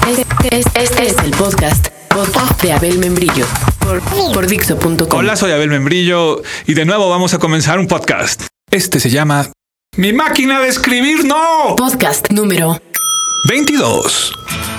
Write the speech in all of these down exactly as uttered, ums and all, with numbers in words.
Este, este, este es el podcast, podcast de Abel Membrillo por, por Dixo punto com. Hola, soy Abel Membrillo y de nuevo vamos a comenzar un podcast. Este se llama Mi máquina de escribir no. Podcast número veintidós.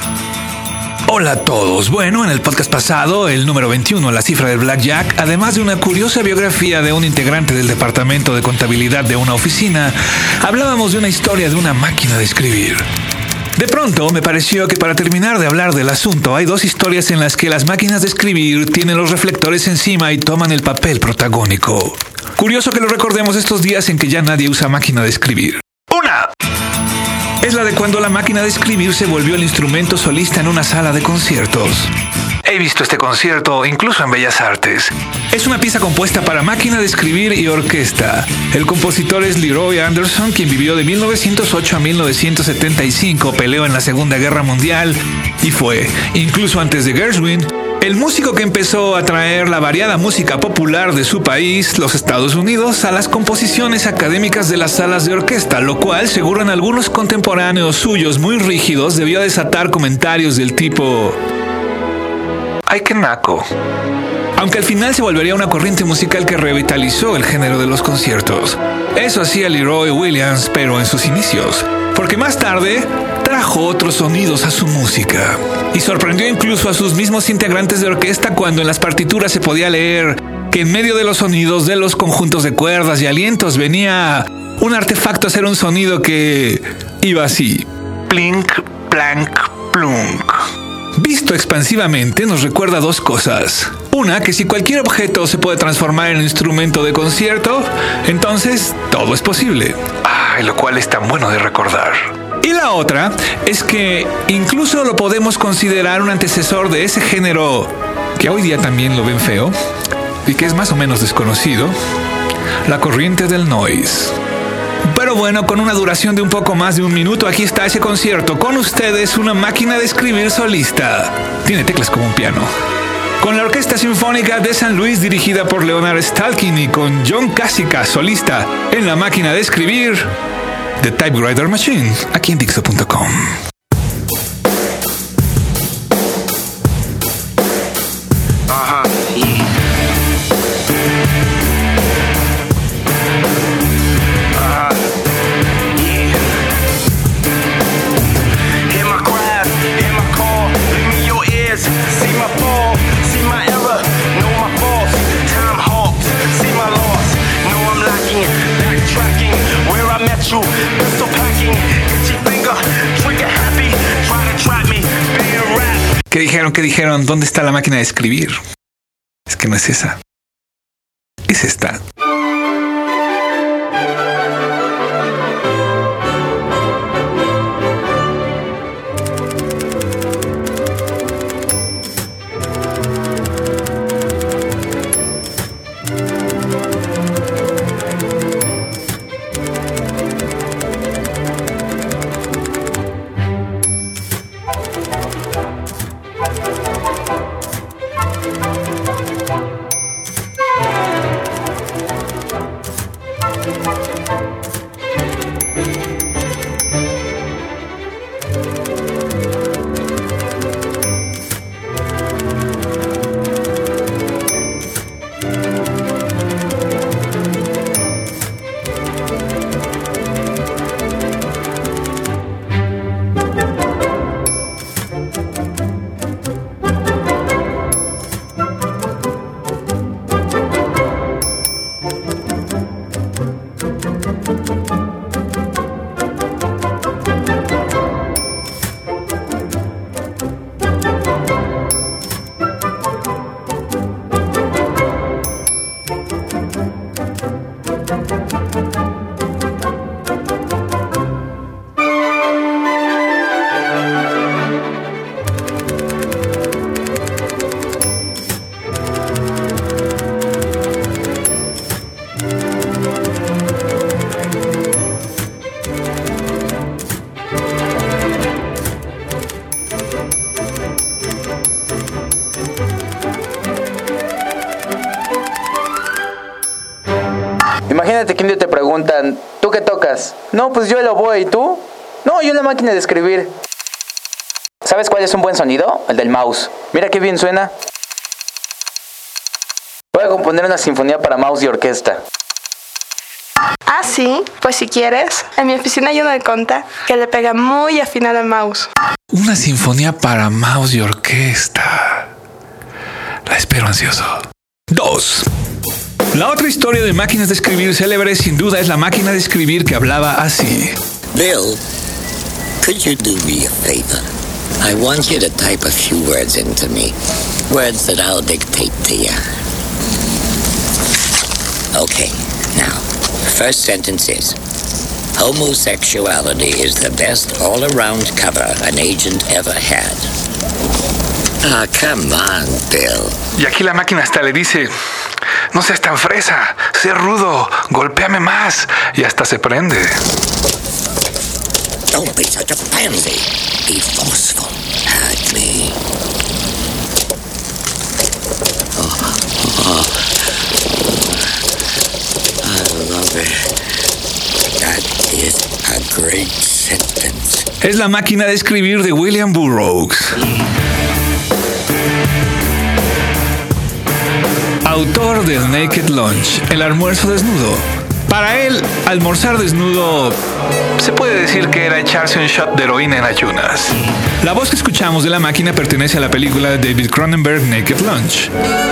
Hola a todos. Bueno, en el podcast pasado, el número veintiuno, la cifra del Blackjack, además de una curiosa biografía de un integrante del departamento de contabilidad de una oficina, hablábamos de una historia de una máquina de escribir. De pronto me pareció que para terminar de hablar del asunto hay dos historias en las que las máquinas de escribir tienen los reflectores encima y toman el papel protagónico. Curioso que lo recordemos estos días en que ya nadie usa máquina de escribir. Una es la de cuando la máquina de escribir se volvió el instrumento solista en una sala de conciertos. He visto este concierto incluso en Bellas Artes. Es una pieza compuesta para máquina de escribir y orquesta. El compositor es Leroy Anderson, quien vivió de mil novecientos ocho a mil novecientos setenta y cinco, peleó en la Segunda Guerra Mundial y fue, incluso antes de Gershwin, el músico que empezó a traer la variada música popular de su país, los Estados Unidos, a las composiciones académicas de las salas de orquesta, lo cual, seguro en algunos contemporáneos suyos muy rígidos, debió desatar comentarios del tipo: ¡ay, qué naco! Aunque al final se volvería una corriente musical que revitalizó el género de los conciertos. Eso hacía Leroy Williams, pero en sus inicios, porque más tarde trajo otros sonidos a su música y sorprendió incluso a sus mismos integrantes de orquesta cuando en las partituras se podía leer que en medio de los sonidos de los conjuntos de cuerdas y alientos venía un artefacto a hacer un sonido que iba así: plink, plank, plunk. Visto expansivamente, nos recuerda dos cosas. Una, que si cualquier objeto se puede transformar en instrumento de concierto, entonces todo es posible. Ay, lo cual es tan bueno de recordar. Y la otra es que incluso lo podemos considerar un antecesor de ese género que hoy día también lo ven feo y que es más o menos desconocido: la corriente del noise. Pero bueno, con una duración de un poco más de un minuto, aquí está ese concierto. Con ustedes, una máquina de escribir solista. Tiene teclas como un piano. Con la Orquesta Sinfónica de San Luis, dirigida por Leonard Stalkin, y con John Casica, solista en la máquina de escribir The Typewriter Machine, aquí en Dixo punto com. ¿Qué dijeron? ¿Qué dijeron? ¿Dónde está la máquina de escribir? Es que no es esa. Es esta. Imagínate que un día te preguntan, ¿tú qué tocas? No, pues yo el oboe, ¿y tú? No, yo la máquina de escribir. ¿Sabes cuál es un buen sonido? El del mouse. Mira qué bien suena. Voy a componer una sinfonía para mouse y orquesta. Ah, sí, pues si quieres, en mi oficina hay uno de conta que le pega muy afinado al mouse. Una sinfonía para mouse y orquesta. La espero ansioso. Dos. La otra historia de máquinas de escribir célebre sin duda es la máquina de escribir que hablaba así. Bill, could you do me a favor? I want you to type a few words into me. Words that I'll dictate to you. Okay, now, first sentence is, homosexuality is the best all-around cover an agent ever had. Ah, come on, Bill. Y aquí la máquina hasta le dice, no seas tan fresa, sé rudo, golpéame más. Y hasta se prende. Don't be such a pansy. Be forceful. Hurt me. Oh, oh. I love it. That is a great sentence. Es la máquina de escribir de William Burroughs. Autor del Naked Lunch, el almuerzo desnudo. Para él, almorzar desnudo se puede decir que era echarse un shot de heroína en ayunas. La voz que escuchamos de la máquina pertenece a la película de David Cronenberg, Naked Lunch.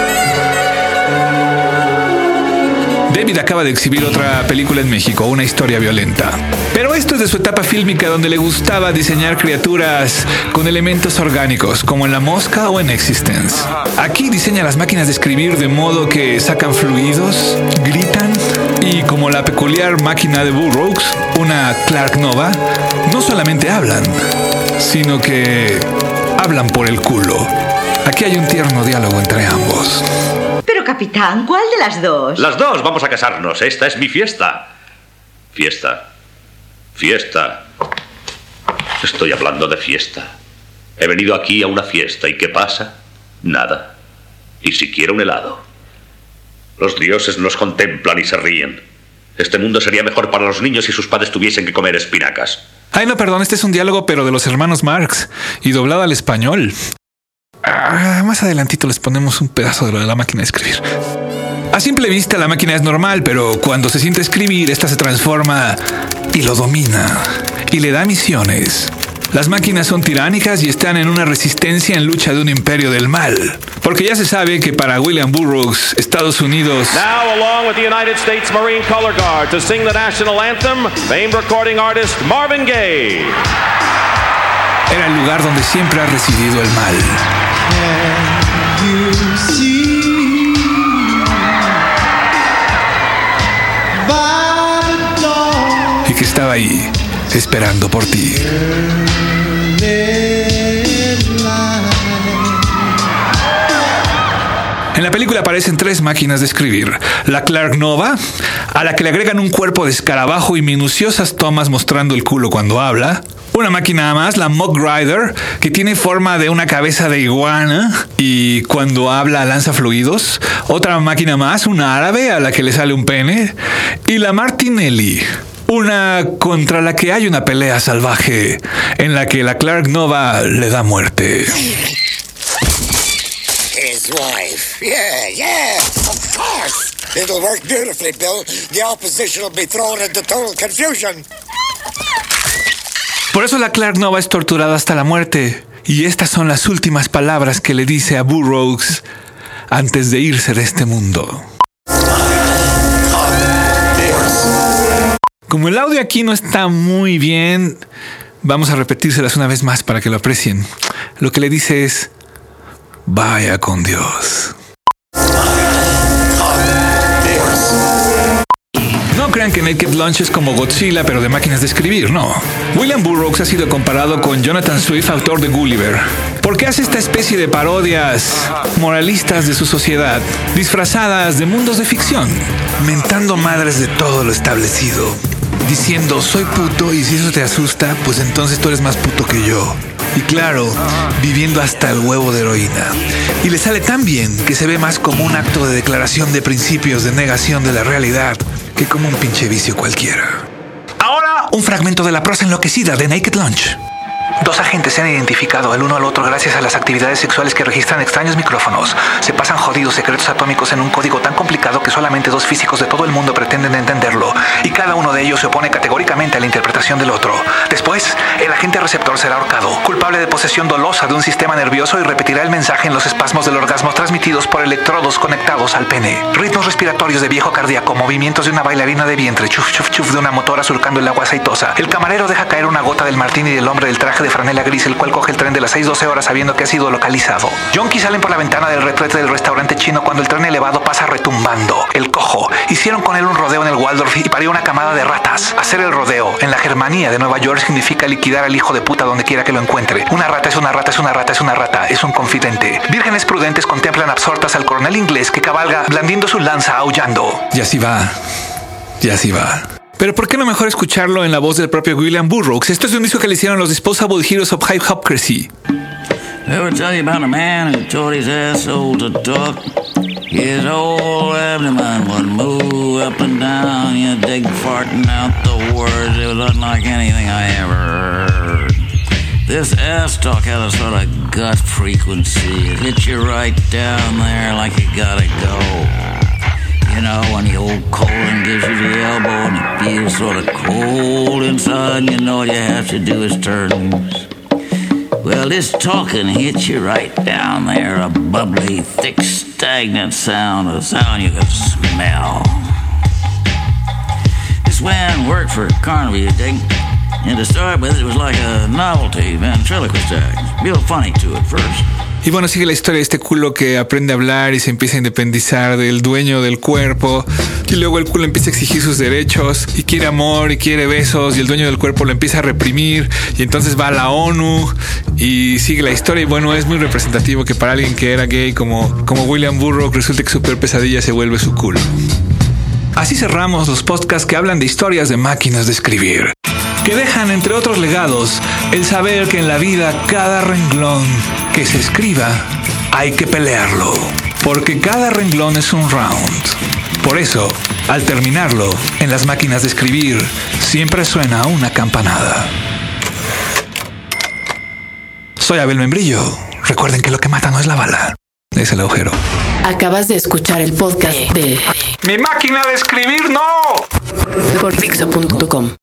David acaba de exhibir otra película en México, Una historia violenta. Pero esto es de su etapa fílmica donde le gustaba diseñar criaturas con elementos orgánicos, como en La Mosca o en Existence. Aquí diseña las máquinas de escribir de modo que sacan fluidos, gritan y, como la peculiar máquina de Burroughs, una Clark Nova, no solamente hablan, sino que hablan por el culo. Aquí hay un tierno diálogo entre ambos. Pero, capitán, ¿cuál de las dos? Las dos, vamos a casarnos. Esta es mi fiesta. Fiesta. Fiesta. Estoy hablando de fiesta. He venido aquí a una fiesta. ¿Y qué pasa? Nada. Ni siquiera un helado. Los dioses nos contemplan y se ríen. Este mundo sería mejor para los niños si sus padres tuviesen que comer espinacas. Ay, no, perdón, este es un diálogo, pero de los hermanos Marx y doblado al español. Ah, más adelantito les ponemos un pedazo de lo de la máquina de escribir. A simple vista la máquina es normal, pero cuando se siente escribir, esta se transforma y lo domina y le da misiones. Las máquinas son tiránicas y están en una resistencia en lucha de un imperio del mal. Porque ya se sabe que para William Burroughs, Estados Unidos... Now, along with the United States Marine Color Guard to sing the national anthem, famed recording artist Marvin Gaye. Era el lugar donde siempre ha residido el mal. Y que estaba ahí, esperando por ti. En la película aparecen tres máquinas de escribir. La Clark Nova, a la que le agregan un cuerpo de escarabajo y minuciosas tomas mostrando el culo cuando habla. Una máquina más, la Mock Rider, que tiene forma de una cabeza de iguana y cuando habla lanza fluidos. Otra máquina más, una árabe a la que le sale un pene. Y la Martinelli, una contra la que hay una pelea salvaje en la que la Clark Nova le da muerte. His wife. Yeah, yeah, of course. It'll work beautifully, Bill. The opposition will be thrown into total confusion. Por eso la Clark Nova es torturada hasta la muerte. Y estas son las últimas palabras que le dice a Burroughs antes de irse de este mundo. Como el audio aquí no está muy bien, vamos a repetírselas una vez más para que lo aprecien. Lo que le dice es: vaya con Dios. No crean que Naked Lunch es como Godzilla, pero de máquinas de escribir, no. William Burroughs ha sido comparado con Jonathan Swift, autor de Gulliver, porque hace esta especie de parodias moralistas de su sociedad, disfrazadas de mundos de ficción, mentando madres de todo lo establecido, diciendo soy puto y si eso te asusta, pues entonces tú eres más puto que yo. Y claro, viviendo hasta el huevo de heroína. Y le sale tan bien que se ve más como un acto de declaración de principios de negación de la realidad que como un pinche vicio cualquiera. Ahora, un fragmento de la prosa enloquecida de Naked Lunch. Dos agentes se han identificado el uno al otro gracias a las actividades sexuales que registran extraños micrófonos. Se pasan jodidos secretos atómicos en un código tan complicado que solamente dos físicos de todo el mundo pretenden entenderlo, y cada uno de ellos se opone categóricamente a la interpretación del otro. Después, el agente receptor será ahorcado, culpable de posesión dolosa de un sistema nervioso, y repetirá el mensaje en los espasmos del orgasmo transmitidos por electrodos conectados al pene. Ritmos respiratorios de viejo cardíaco, movimientos de una bailarina de vientre, chuf chuf chuf de una motora surcando el agua aceitosa. El camarero deja caer una gota del martini del hombre del traje de franela gris, el cual coge el tren de las seis doce horas sabiendo que ha sido localizado. Yonkis salen por la ventana del retrete del restaurante chino cuando el tren elevado pasa retumbando. El cojo hicieron con él un rodeo en el Waldorf y parió una camada de ratas. Hacer el rodeo en la Germanía de Nueva York significa liquidar al hijo de puta donde quiera que lo encuentre. Una rata es una rata es una rata es una rata, es un confidente. Vírgenes prudentes contemplan absortas al coronel inglés que cabalga blandiendo su lanza aullando. Y así va, y así va. Pero ¿por qué no mejor escucharlo en la voz del propio William Burroughs? Esto es de un disco que le hicieron los Disposable Heroes of Hypocrisy. Ever tell you about a man who taught his asshole to talk? His whole abdomen would move up and down, you dig, farting out the words. It was unlike anything I ever heard. This ass talk had a sort of gut frequency. It hit you right down there like you gotta go. You know, when the old colon gives you the elbow and it feels sort of cold inside, and you know all you have to do is turn loose. Well, this talking hits you right down there, a bubbly, thick, stagnant sound, a sound you can smell. This man worked for Carnaby, you dig? And to start with, it was like a novelty ventriloquist act. Real funny to at first. Y bueno, sigue la historia de este culo que aprende a hablar y se empieza a independizar del dueño del cuerpo. Y luego el culo empieza a exigir sus derechos y quiere amor y quiere besos. Y el dueño del cuerpo lo empieza a reprimir. Y entonces va a la ONU y sigue la historia. Y bueno, es muy representativo que para alguien que era gay como, como William Burroughs resulte que su peor pesadilla se vuelve su culo. Así cerramos los podcasts que hablan de historias de máquinas de escribir, que dejan, entre otros legados, el saber que en la vida cada renglón que se escriba hay que pelearlo, porque cada renglón es un round. Por eso, al terminarlo, en las máquinas de escribir siempre suena una campanada. Soy Abel Membrillo. Recuerden que lo que mata no es la bala, es el agujero. Acabas de escuchar el podcast de ¡Mi máquina de escribir no! por Dixo punto com.